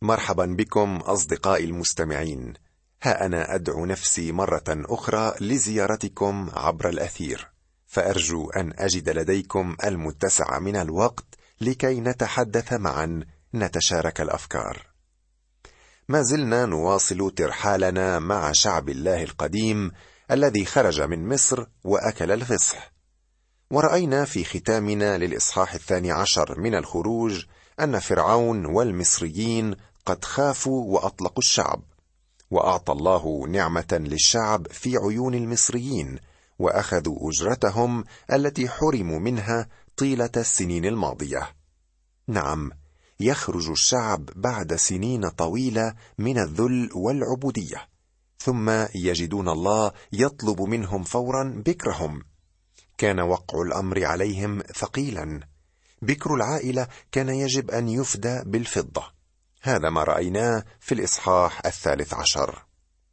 مرحبا بكم أصدقائي المستمعين. ها أنا أدعو نفسي مرة أخرى لزيارتكم عبر الأثير، فأرجو أن أجد لديكم المتسع من الوقت لكي نتحدث معا، نتشارك الأفكار. ما زلنا نواصل ترحالنا مع شعب الله القديم الذي خرج من مصر وأكل الفصح، ورأينا في ختامنا للإصحاح 12 من الخروج أن فرعون والمصريين قد خافوا وأطلقوا الشعب، وأعطى الله نعمة للشعب في عيون المصريين، وأخذوا أجرتهم التي حرموا منها طيلة السنين الماضية. نعم، يخرج الشعب بعد سنين طويلة من الذل والعبودية، ثم يجدون الله يطلب منهم فورا بكرهم. كان وقع الأمر عليهم ثقيلا. بكر العائلة كان يجب أن يفدى بالفضة. هذا ما رأيناه في الإصحاح 13.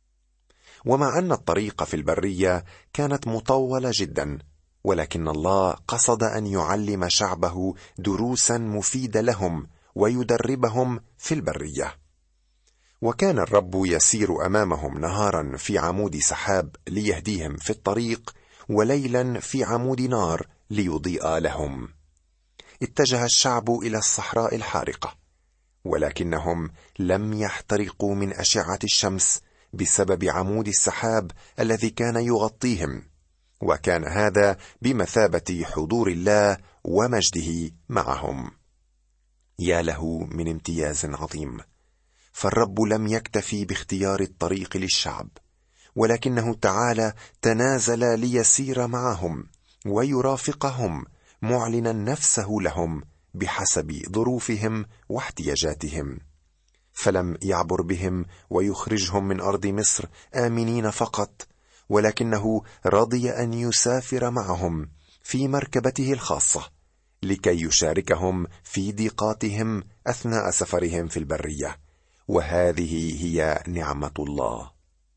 ومع أن الطريق في البرية كانت مطولة جدا، ولكن الله قصد أن يعلم شعبه دروسا مفيدة لهم ويدربهم في البرية. وكان الرب يسير أمامهم نهارا في عمود سحاب ليهديهم في الطريق، وليلا في عمود نار ليضيء لهم. اتجه الشعب إلى الصحراء الحارقة، ولكنهم لم يحترقوا من أشعة الشمس بسبب عمود السحاب الذي كان يغطيهم، وكان هذا بمثابة حضور الله ومجده معهم. يا له من امتياز عظيم! فالرب لم يكتفي باختيار الطريق للشعب، ولكنه تعالى تنازل ليسير معهم ويرافقهم، معلنا نفسه لهم بحسب ظروفهم واحتياجاتهم. فلم يعبر بهم ويخرجهم من أرض مصر آمنين فقط، ولكنه رضي أن يسافر معهم في مركبته الخاصة لكي يشاركهم في ضيقاتهم أثناء سفرهم في البرية. وهذه هي نعمة الله.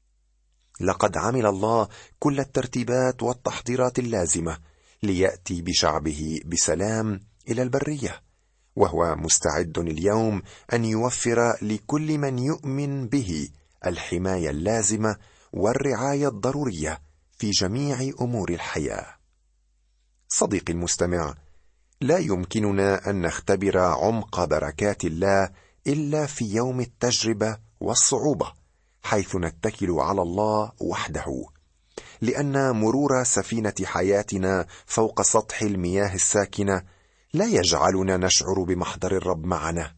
لقد عمل الله كل الترتيبات والتحضيرات اللازمة ليأتي بشعبه بسلام إلى البرية، وهو مستعد اليوم أن يوفر لكل من يؤمن به الحماية اللازمة والرعاية الضرورية في جميع أمور الحياة. صديقي المستمع، لا يمكننا أن نختبر عمق بركات الله إلا في يوم التجربة والصعوبة، حيث نتكل على الله وحده، لأن مرور سفينة حياتنا فوق سطح المياه الساكنة لا يجعلنا نشعر بمحضر الرب معنا.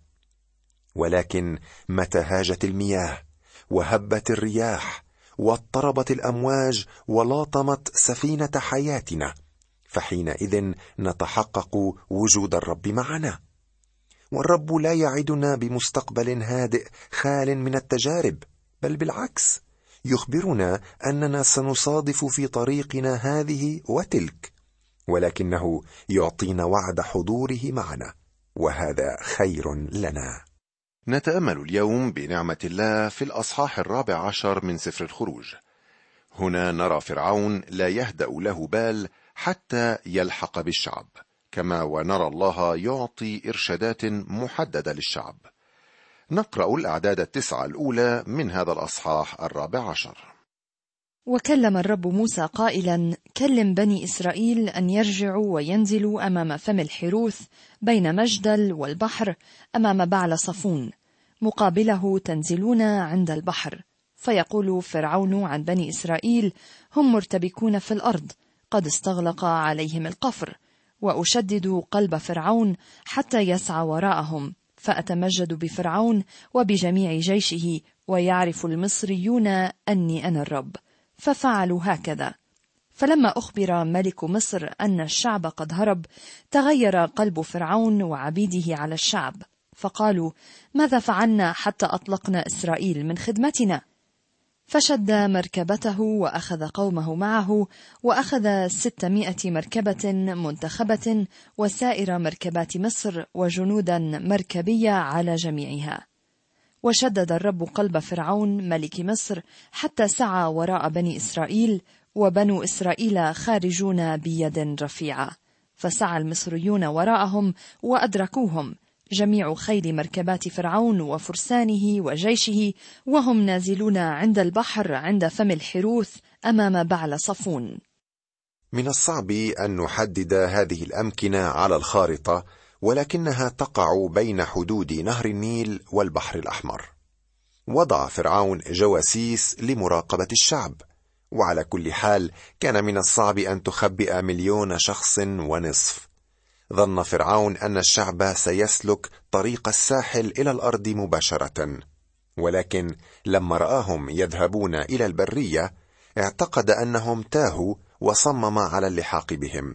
ولكن متى هاجت المياه وهبت الرياح واضطربت الأمواج ولاطمت سفينة حياتنا، فحينئذ نتحقق وجود الرب معنا. والرب لا يعدنا بمستقبل هادئ خال من التجارب، بل بالعكس، يخبرنا أننا سنصادف في طريقنا هذه وتلك، ولكنه يعطينا وعد حضوره معنا، وهذا خير لنا. نتأمل اليوم بنعمة الله في الأصحاح 14 من سفر الخروج. هنا نرى فرعون لا يهدأ له بال حتى يلحق بالشعب، كما ونرى الله يعطي إرشادات محددة للشعب. نقرأ الأعداد 9 الأولى من هذا الأصحاح 14. وكلم الرب موسى قائلا: كلم بني إسرائيل أن يرجعوا وينزلوا أمام فم الحروث بين مجدل والبحر أمام بعل صفون، مقابله تنزلون عند البحر. فيقول فرعون عن بني إسرائيل: هم مرتبكون في الأرض، قد استغلق عليهم القفر. وأشدد قلب فرعون حتى يسعى وراءهم، فأتمجد بفرعون وبجميع جيشه، ويعرف المصريون أني أنا الرب. ففعلوا هكذا. فلما أخبر ملك مصر أن الشعب قد هرب، تغير قلب فرعون وعبيده على الشعب، فقالوا: ماذا فعلنا حتى أطلقنا إسرائيل من خدمتنا؟ فشد مركبته وأخذ قومه معه، وأخذ 600 مركبة منتخبة وسائر مركبات مصر وجنودا مركبية على جميعها. وشدد الرب قلب فرعون ملك مصر حتى سعى وراء بني إسرائيل، وبنو إسرائيل خارجون بيد رفيعة. فسعى المصريون وراءهم وأدركوهم، جميع خيل مركبات فرعون وفرسانه وجيشه، وهم نازلون عند البحر عند فم الحروث أمام بعل صفون. من الصعب أن نحدد هذه الأمكنة على الخارطة، ولكنها تقع بين حدود نهر النيل والبحر الأحمر. وضع فرعون جواسيس لمراقبة الشعب، وعلى كل حال كان من الصعب أن تخبئ 1,000,000 شخص ونصف. ظن فرعون أن الشعب سيسلك طريق الساحل إلى الأرض مباشرة، ولكن لما رآهم يذهبون إلى البرية اعتقد أنهم تاهوا وصمم على اللحاق بهم.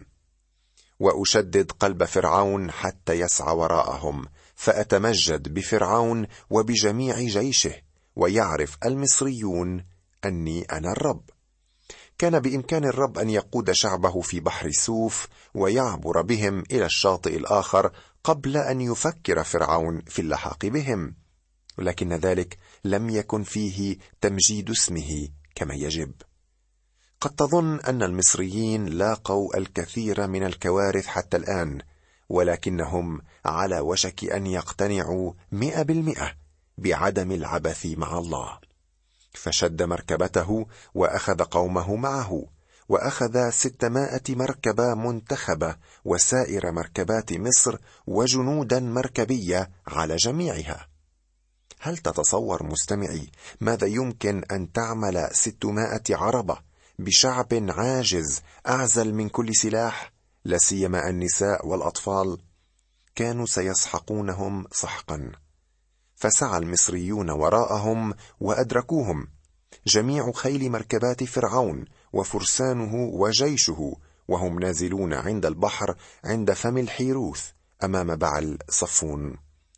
وأشدد قلب فرعون حتى يسعى وراءهم، فأتمجد بفرعون وبجميع جيشه، ويعرف المصريون أني أنا الرب. كان بإمكان الرب أن يقود شعبه في بحر سوف ويعبر بهم إلى الشاطئ الآخر قبل أن يفكر فرعون في اللحاق بهم، لكن ذلك لم يكن فيه تمجيد اسمه كما يجب. قد تظن أن المصريين لاقوا الكثير من الكوارث حتى الآن، ولكنهم على وشك أن يقتنعوا 100% بعدم العبث مع الله. فشد مركبته وأخذ قومه معه، وأخذ 600 مركبة منتخبة وسائر مركبات مصر وجنودا مركبية على جميعها. هل تتصور مستمعي ماذا يمكن أن تعمل 600 عربة بشعب عاجز أعزل من كل سلاح، لا سيما النساء والأطفال؟ كانوا سيسحقونهم سحقا. فسعى المصريون وراءهم وأدركوهم، جميع خيل مركبات فرعون وفرسانه وجيشه، وهم نازلون عند البحر عند فم الحيروث أمام بعل صفون.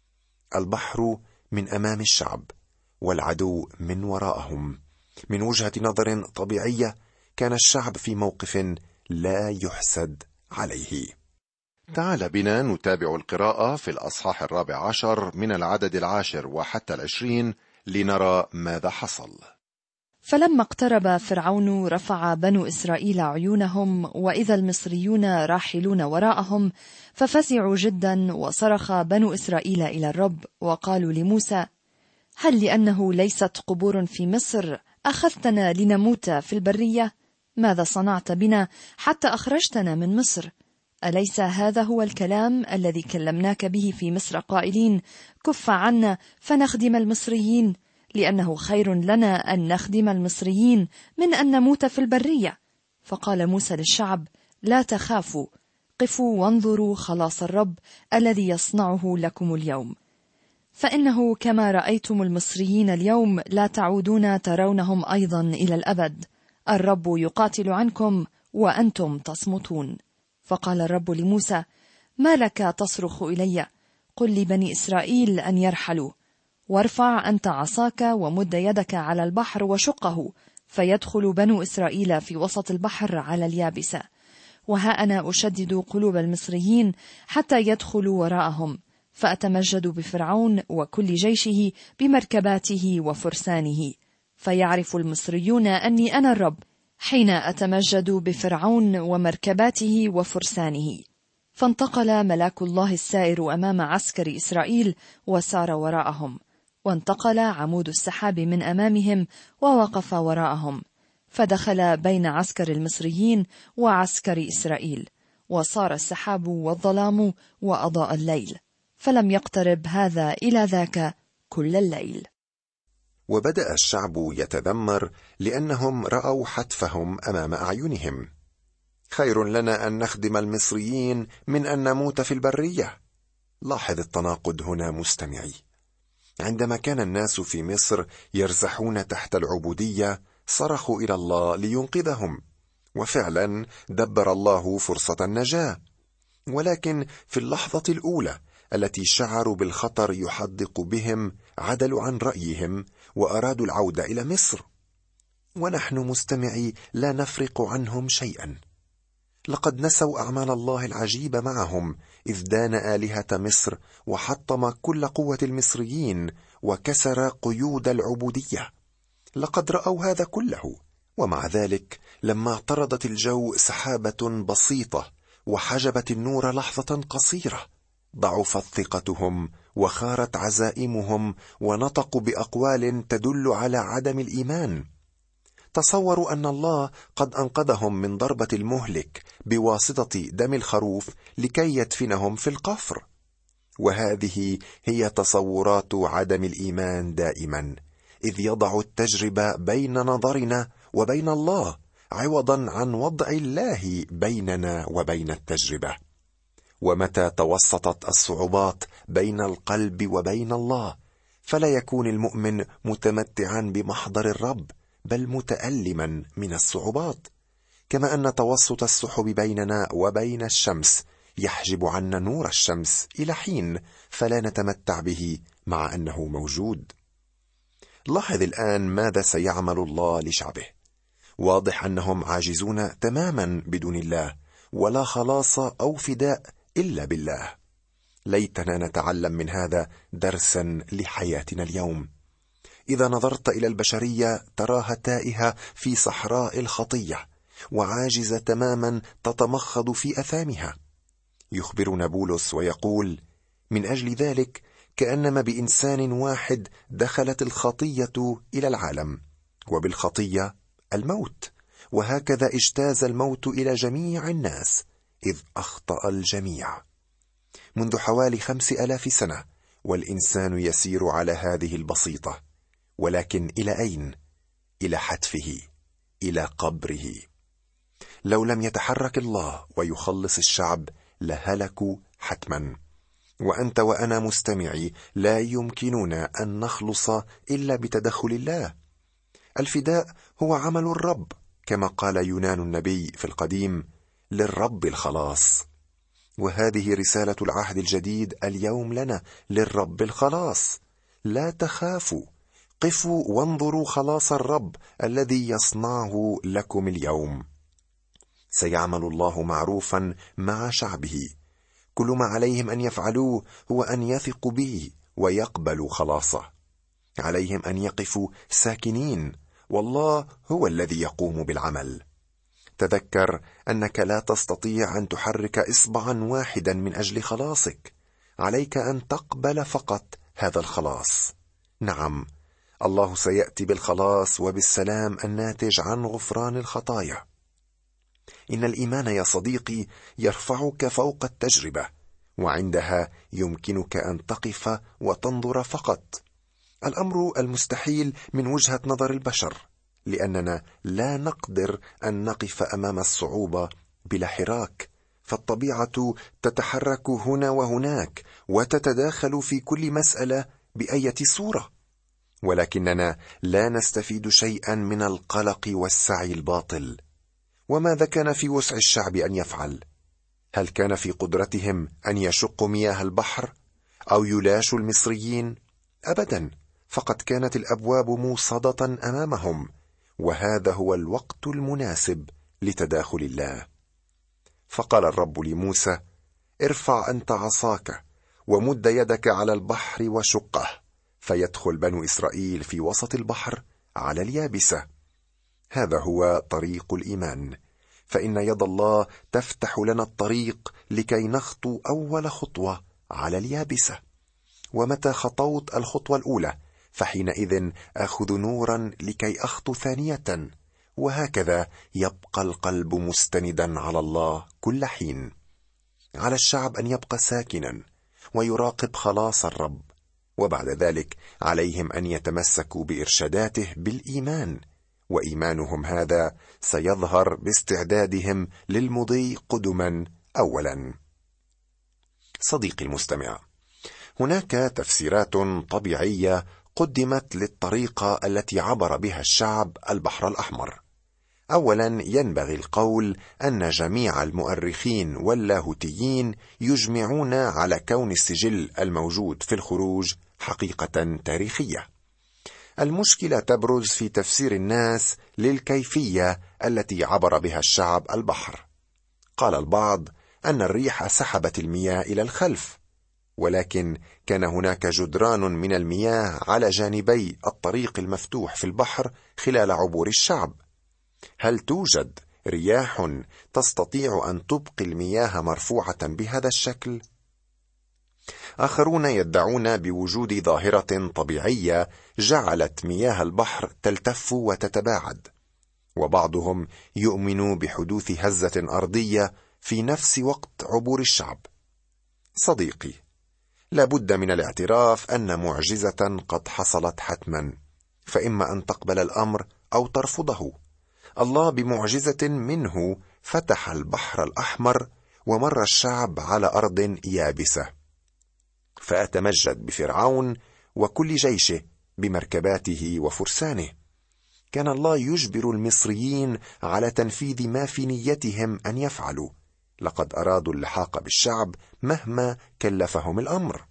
البحر من أمام الشعب والعدو من وراءهم. من وجهة نظر طبيعية كان الشعب في موقف لا يحسد عليه. تعال بنا نتابع القراءة في الأصحاح 14 من العدد 10 وحتى 20 لنرى ماذا حصل. فلما اقترب فرعون رفع بنو إسرائيل عيونهم، وإذا المصريون راحلون وراءهم، ففزعوا جدا، وصرخ بنو إسرائيل إلى الرب وقالوا لموسى: هل لأنه ليست قبور في مصر أخذتنا لنموت في البرية؟ ماذا صنعت بنا حتى أخرجتنا من مصر؟ أليس هذا هو الكلام الذي كلمناك به في مصر قائلين: كف عنا فنخدم المصريين، لأنه خير لنا أن نخدم المصريين من أن نموت في البرية؟ فقال موسى للشعب: لا تخافوا، قفوا وانظروا خلاص الرب الذي يصنعه لكم اليوم. فإنه كما رأيتم المصريين اليوم لا تعودون ترونهم أيضا إلى الأبد. الرب يقاتل عنكم وأنتم تصمتون. فقال الرب لموسى: ما لك تصرخ إلي؟ قل لبني إسرائيل أن يرحلوا، وارفع أنت عصاك ومد يدك على البحر وشقه، فيدخل بنو إسرائيل في وسط البحر على اليابسة. وها أنا أشدد قلوب المصريين حتى يدخلوا وراءهم، فأتمجد بفرعون وكل جيشه بمركباته وفرسانه، فيعرف المصريون أني أنا الرب حين أتمجد بفرعون ومركباته وفرسانه. فانتقل ملاك الله السائر أمام عسكر إسرائيل وسار وراءهم، وانتقل عمود السحاب من أمامهم ووقف وراءهم، فدخل بين عسكر المصريين وعسكر إسرائيل، وصار السحاب والظلام وأضاء الليل، فلم يقترب هذا إلى ذاك كل الليل. وبدأ الشعب يتذمر لأنهم رأوا حتفهم أمام أعينهم. خير لنا أن نخدم المصريين من أن نموت في البرية. لاحظ التناقض هنا مستمعي. عندما كان الناس في مصر يرزحون تحت العبودية صرخوا إلى الله لينقذهم، وفعلا دبر الله فرصة النجاة. ولكن في اللحظة الأولى التي شعروا بالخطر يحدق بهم عدلوا عن رأيهم وأرادوا العودة إلى مصر. ونحن مستمعي لا نفرق عنهم شيئا. لقد نسوا أعمال الله العجيبة معهم، إذ دان آلهة مصر وحطم كل قوة المصريين وكسر قيود العبودية. لقد رأوا هذا كله، ومع ذلك لما اعترضت الجو سحابة بسيطة وحجبت النور لحظة قصيرة، ضعفت ثقتهم وخارت عزائمهم ونطقوا بأقوال تدل على عدم الإيمان. تصوروا أن الله قد أنقذهم من ضربة المهلك بواسطة دم الخروف لكي يدفنهم في القفر. وهذه هي تصورات عدم الإيمان دائما، إذ يضع التجربة بين نظرنا وبين الله عوضا عن وضع الله بيننا وبين التجربة. ومتى توسطت الصعوبات بين القلب وبين الله، فلا يكون المؤمن متمتعا بمحضر الرب، بل متألما من الصعوبات. كما أن توسط السحب بيننا وبين الشمس يحجب عنا نور الشمس إلى حين، فلا نتمتع به مع أنه موجود. لاحظ الآن ماذا سيعمل الله لشعبه. واضح أنهم عاجزون تماما بدون الله، ولا خلاص أو فداء إلا بالله. ليتنا نتعلم من هذا درسا لحياتنا اليوم. إذا نظرت إلى البشرية تراها تائهة في صحراء الخطية، وعاجزة تماما تتمخض في أثامها. يخبرنا بولس ويقول: من أجل ذلك كأنما بإنسان واحد دخلت الخطية إلى العالم، وبالخطية الموت، وهكذا اجتاز الموت إلى جميع الناس، إذ أخطأ الجميع. منذ حوالي 5000 سنة والإنسان يسير على هذه البسيطة، ولكن إلى أين؟ إلى حتفه، إلى قبره. لو لم يتحرك الله ويخلص الشعب لهلكوا حتما. وأنت وأنا مستمعي لا يمكننا أن نخلص إلا بتدخل الله. الفداء هو عمل الرب، كما قال يونان النبي في القديم: للرب الخلاص. وهذه رسالة العهد الجديد اليوم لنا: للرب الخلاص. لا تخافوا، قفوا وانظروا خلاص الرب الذي يصنعه لكم اليوم. سيعمل الله معروفا مع شعبه. كل ما عليهم أن يفعلوه هو أن يثقوا به ويقبلوا خلاصه. عليهم أن يقفوا ساكنين، والله هو الذي يقوم بالعمل. تذكر أنك لا تستطيع أن تحرك إصبعا واحدا من أجل خلاصك. عليك أن تقبل فقط هذا الخلاص. نعم، الله سيأتي بالخلاص وبالسلام الناتج عن غفران الخطايا. إن الإيمان يا صديقي يرفعك فوق التجربة، وعندها يمكنك أن تقف وتنظر فقط. الأمر المستحيل من وجهة نظر البشر، لأننا لا نقدر أن نقف أمام الصعوبة بلا حراك، فالطبيعة تتحرك هنا وهناك وتتداخل في كل مسألة بأية صورة. ولكننا لا نستفيد شيئا من القلق والسعي الباطل. وماذا كان في وسع الشعب أن يفعل؟ هل كان في قدرتهم أن يشقوا مياه البحر أو يلاشوا المصريين؟ أبدا، فقد كانت الأبواب موصدة أمامهم، وهذا هو الوقت المناسب لتداخل الله. فقال الرب لموسى: ارفع أنت عصاك ومد يدك على البحر وشقه، فيدخل بنو إسرائيل في وسط البحر على اليابسة. هذا هو طريق الإيمان، فإن يد الله تفتح لنا الطريق لكي نخطو أول خطوة على اليابسة. ومتى خطوت الخطوة الأولى فحينئذ أخذ نورا لكي أخطو ثانية، وهكذا يبقى القلب مستندا على الله كل حين. على الشعب أن يبقى ساكنا ويراقب خلاص الرب، وبعد ذلك عليهم أن يتمسكوا بإرشاداته بالإيمان، وإيمانهم هذا سيظهر باستعدادهم للمضي قدما أولا. صديقي المستمع، هناك تفسيرات طبيعية قدمت للطريقة التي عبر بها الشعب البحر الأحمر. أولا، ينبغي القول أن جميع المؤرخين واللاهوتيين يجمعون على كون السجل الموجود في الخروج حقيقة تاريخية. المشكلة تبرز في تفسير الناس للكيفية التي عبر بها الشعب البحر. قال البعض أن الريح سحبت المياه إلى الخلف، ولكن كان هناك جدران من المياه على جانبي الطريق المفتوح في البحر خلال عبور الشعب. هل توجد رياح تستطيع أن تبقي المياه مرفوعة بهذا الشكل؟ آخرون يدعون بوجود ظاهرة طبيعية جعلت مياه البحر تلتف وتتباعد، وبعضهم يؤمن بحدوث هزة أرضية في نفس وقت عبور الشعب. صديقي، لا بد من الاعتراف أن معجزة قد حصلت حتما، فإما أن تقبل الأمر أو ترفضه. الله بمعجزة منه فتح البحر الأحمر ومر الشعب على أرض يابسة، فأتمجد بفرعون وكل جيشه بمركباته وفرسانه. كان الله يجبر المصريين على تنفيذ ما في نيتهم أن يفعلوا، لقد أرادوا اللحاق بالشعب مهما كلفهم الأمر.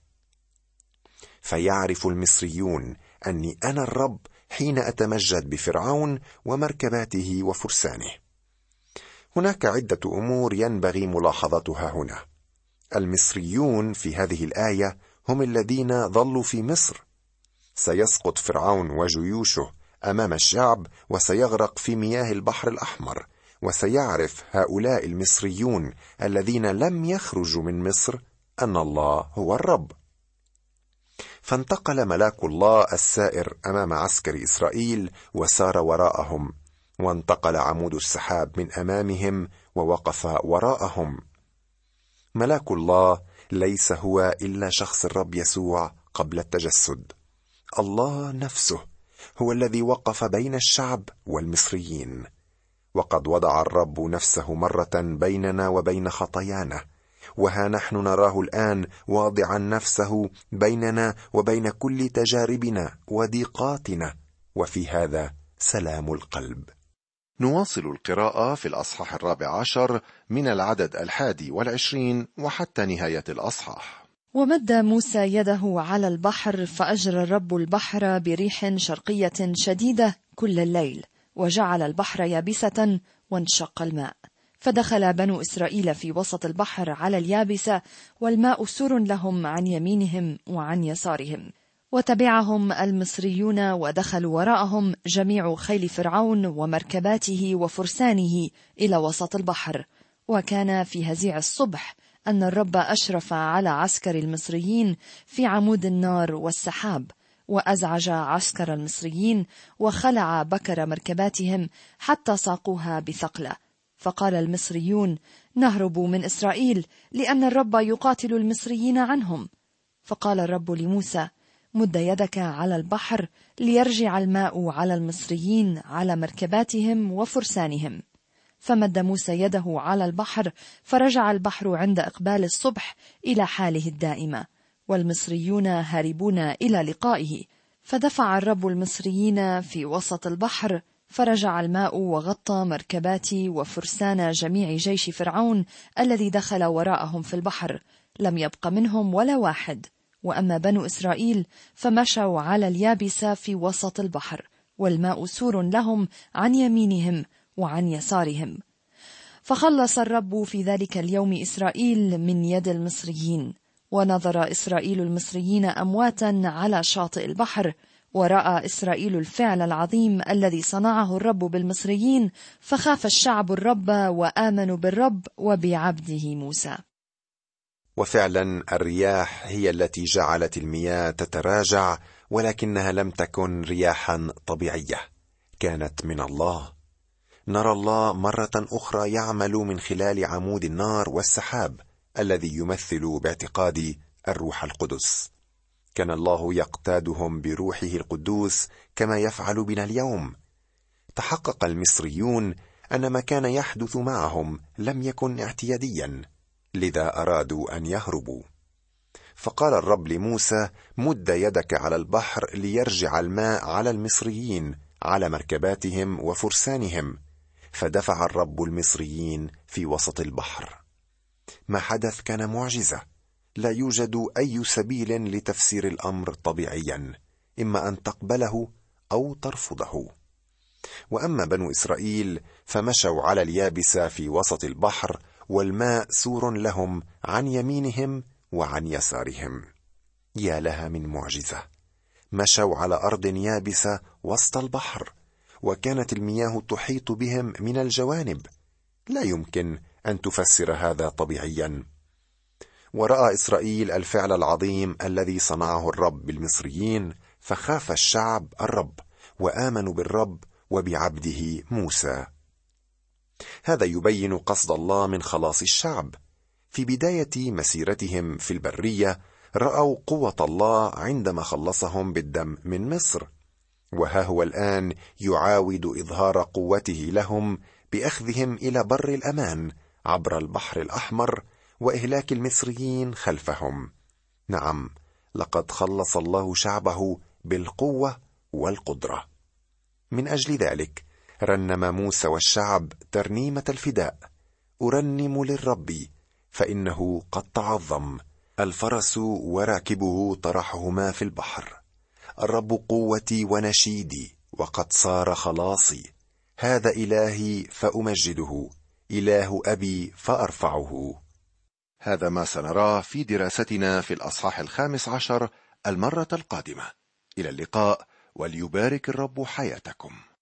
فيعرف المصريون أني أنا الرب حين أتمجد بفرعون ومركباته وفرسانه. هناك عدة أمور ينبغي ملاحظتها هنا. المصريون في هذه الآية هم الذين ظلوا في مصر. سيسقط فرعون وجيوشه أمام الشعب وسيغرق في مياه البحر الأحمر، وسيعرف هؤلاء المصريون الذين لم يخرجوا من مصر أن الله هو الرب. فانتقل ملاك الله السائر أمام عسكر إسرائيل وسار وراءهم، وانتقل عمود السحاب من أمامهم ووقف وراءهم. ملاك الله ليس هو إلا شخص الرب يسوع قبل التجسد. الله نفسه هو الذي وقف بين الشعب والمصريين، وقد وضع الرب نفسه مرة بيننا وبين خطايانا، وها نحن نراه الآن واضعا نفسه بيننا وبين كل تجاربنا وضيقاتنا، وفي هذا سلام القلب. نواصل القراءة في الأصحاح 14 من العدد 21 وحتى نهاية الأصحاح. ومد موسى يده على البحر، فأجرى الرب البحر بريح شرقية شديدة كل الليل، وجعل البحر يابسة وانشق الماء، فدخل بنو إسرائيل في وسط البحر على اليابسة، والماء سور لهم عن يمينهم وعن يسارهم. وتبعهم المصريون ودخلوا وراءهم جميع خيل فرعون ومركباته وفرسانه إلى وسط البحر. وكان في هزيع الصبح أن الرب أشرف على عسكر المصريين في عمود النار والسحاب، وأزعج عسكر المصريين وخلع بكر مركباتهم حتى ساقوها بثقلة. فقال المصريون: نهرب من إسرائيل، لأن الرب يقاتل المصريين عنهم. فقال الرب لموسى: مد يدك على البحر ليرجع الماء على المصريين على مركباتهم وفرسانهم. فمد موسى يده على البحر، فرجع البحر عند إقبال الصبح إلى حاله الدائمة، والمصريون هاربون إلى لقائه. فدفع الرب المصريين في وسط البحر، فرجع الماء وغطى مركبات وفرسان جميع جيش فرعون الذي دخل وراءهم في البحر، لم يبق منهم ولا واحد. وأما بنو إسرائيل فمشوا على اليابسة في وسط البحر، والماء سور لهم عن يمينهم وعن يسارهم. فخلص الرب في ذلك اليوم إسرائيل من يد المصريين. ونظر إسرائيل المصريين أمواتا على شاطئ البحر، ورأى إسرائيل الفعل العظيم الذي صنعه الرب بالمصريين، فخاف الشعب الرب وآمنوا بالرب وبعبده موسى. وفعلا الرياح هي التي جعلت المياه تتراجع، ولكنها لم تكن رياحا طبيعية، كانت من الله. نرى الله مرة أخرى يعمل من خلال عمود النار والسحاب الذي يمثل باعتقادي الروح القدس. كان الله يقتادهم بروحه القدوس كما يفعل بنا اليوم. تحقق المصريون أن ما كان يحدث معهم لم يكن اعتياديا، لذا أرادوا أن يهربوا. فقال الرب لموسى: مد يدك على البحر ليرجع الماء على المصريين على مركباتهم وفرسانهم. فدفع الرب المصريين في وسط البحر. ما حدث كان معجزة، لا يوجد أي سبيل لتفسير الأمر طبيعيا، إما أن تقبله أو ترفضه. وأما بنو إسرائيل فمشوا على اليابسة في وسط البحر، والماء سور لهم عن يمينهم وعن يسارهم. يا لها من معجزة! مشوا على أرض يابسة وسط البحر، وكانت المياه تحيط بهم من الجوانب. لا يمكن أن تفسر هذا طبيعيا. ورأى إسرائيل الفعل العظيم الذي صنعه الرب بالمصريين، فخاف الشعب الرب وآمنوا بالرب وبعبده موسى. هذا يبين قصد الله من خلاص الشعب. في بداية مسيرتهم في البرية رأوا قوة الله عندما خلصهم بالدم من مصر، وها هو الآن يعاود إظهار قوته لهم بأخذهم إلى بر الأمان عبر البحر الأحمر وإهلاك المصريين خلفهم. نعم، لقد خلص الله شعبه بالقوة والقدرة. من أجل ذلك رنم موسى والشعب ترنيمة الفداء: أرنم للرب فإنه قد تعظم، الفرس وراكبه طرحهما في البحر. الرب قوتي ونشيدي وقد صار خلاصي، هذا إلهي فأمجده، إله أبي فأرفعه. هذا ما سنراه في دراستنا في الأصحاح 15 المرة القادمة. إلى اللقاء، وليبارك الرب حياتكم.